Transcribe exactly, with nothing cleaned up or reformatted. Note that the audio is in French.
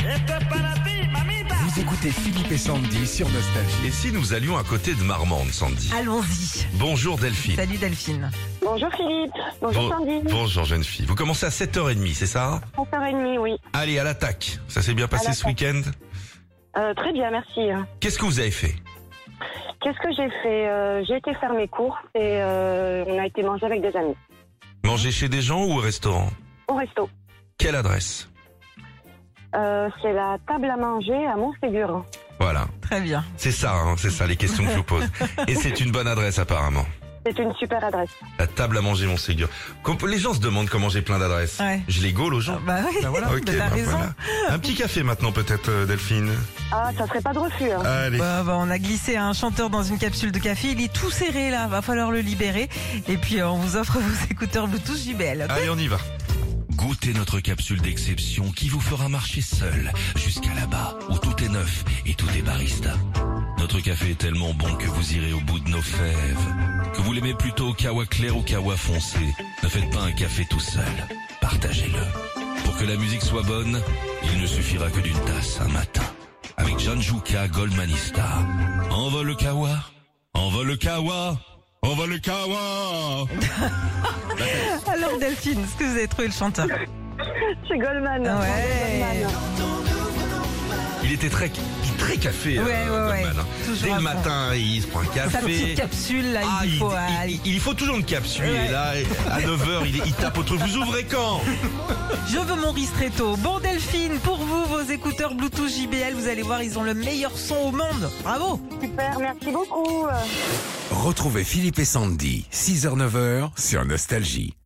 Vous écoutez Philippe et Sandy sur Nostalgie. Et si nous allions à côté de Marmande, Sandy? Allons-y. Bonjour Delphine. Salut Delphine. Bonjour Philippe, bonjour Bon- Sandy. Bonjour jeune fille. Vous commencez à sept heures trente, c'est ça? sept heures trente, oui. Allez, à l'attaque. Ça s'est bien passé À ce l'attaque. week-end? Euh, très bien, merci. Qu'est-ce que vous avez fait? Qu'est-ce que j'ai fait Euh, J'ai été faire mes courses et euh, on a été manger avec des amis. Manger chez des gens ou au restaurant? Au resto. Quelle adresse? Euh, c'est la table à manger à Montségur. Voilà. Très bien. C'est ça, hein, c'est ça les questions que je vous pose. Et c'est une bonne adresse apparemment. C'est une super adresse. La table à manger Montségur. Com- Les gens se demandent comment j'ai plein d'adresses. Ouais. Je les gaule aux gens. Bah oui, Ben voilà, ok, t'as ben raison. voilà. Un petit café maintenant peut-être euh, Delphine. Ah, ça serait pas de refus. Hein. Allez. Bah, bah, on a glissé un chanteur dans une capsule de café. Il est tout serré là. Va falloir le libérer. Et puis euh, on vous offre vos écouteurs Bluetooth J B L. Allez, on y va. Goûtez notre capsule d'exception qui vous fera marcher seul jusqu'à là-bas où tout est neuf et tout est barista. Notre café est tellement bon que vous irez au bout de nos fèves. Que vous l'aimez plutôt kawa clair ou kawa foncé, ne faites pas un café tout seul. Partagez-le. Pour que la musique soit bonne, il ne suffira que d'une tasse un matin. Avec Janjuka Goldmanista. Envole le kawa, envole le kawa, envole le kawa. Alors Delphine, est-ce que vous avez trouvé le chanteur? C'est Goldman. Ouais. Goldman. Il était très, très café. Ouais, euh, ouais, ouais. Goldman, hein. Toujours Dès à le fond. matin, il se prend un café. Sa petite capsule là, Ah, il il, faut. il- euh, il- il faut toujours une capsule. Ouais. Et là, à neuf heures, il, est- il tape au truc. Vous ouvrez quand? Je veux mon ristretto. Bon Delphine, pour vous, vos écouteurs Bluetooth J B L, vous allez voir, ils ont le meilleur son au monde. Bravo. Super, merci beaucoup. Retrouvez Philippe et Sandy, six heures neuf heures sur Nostalgie.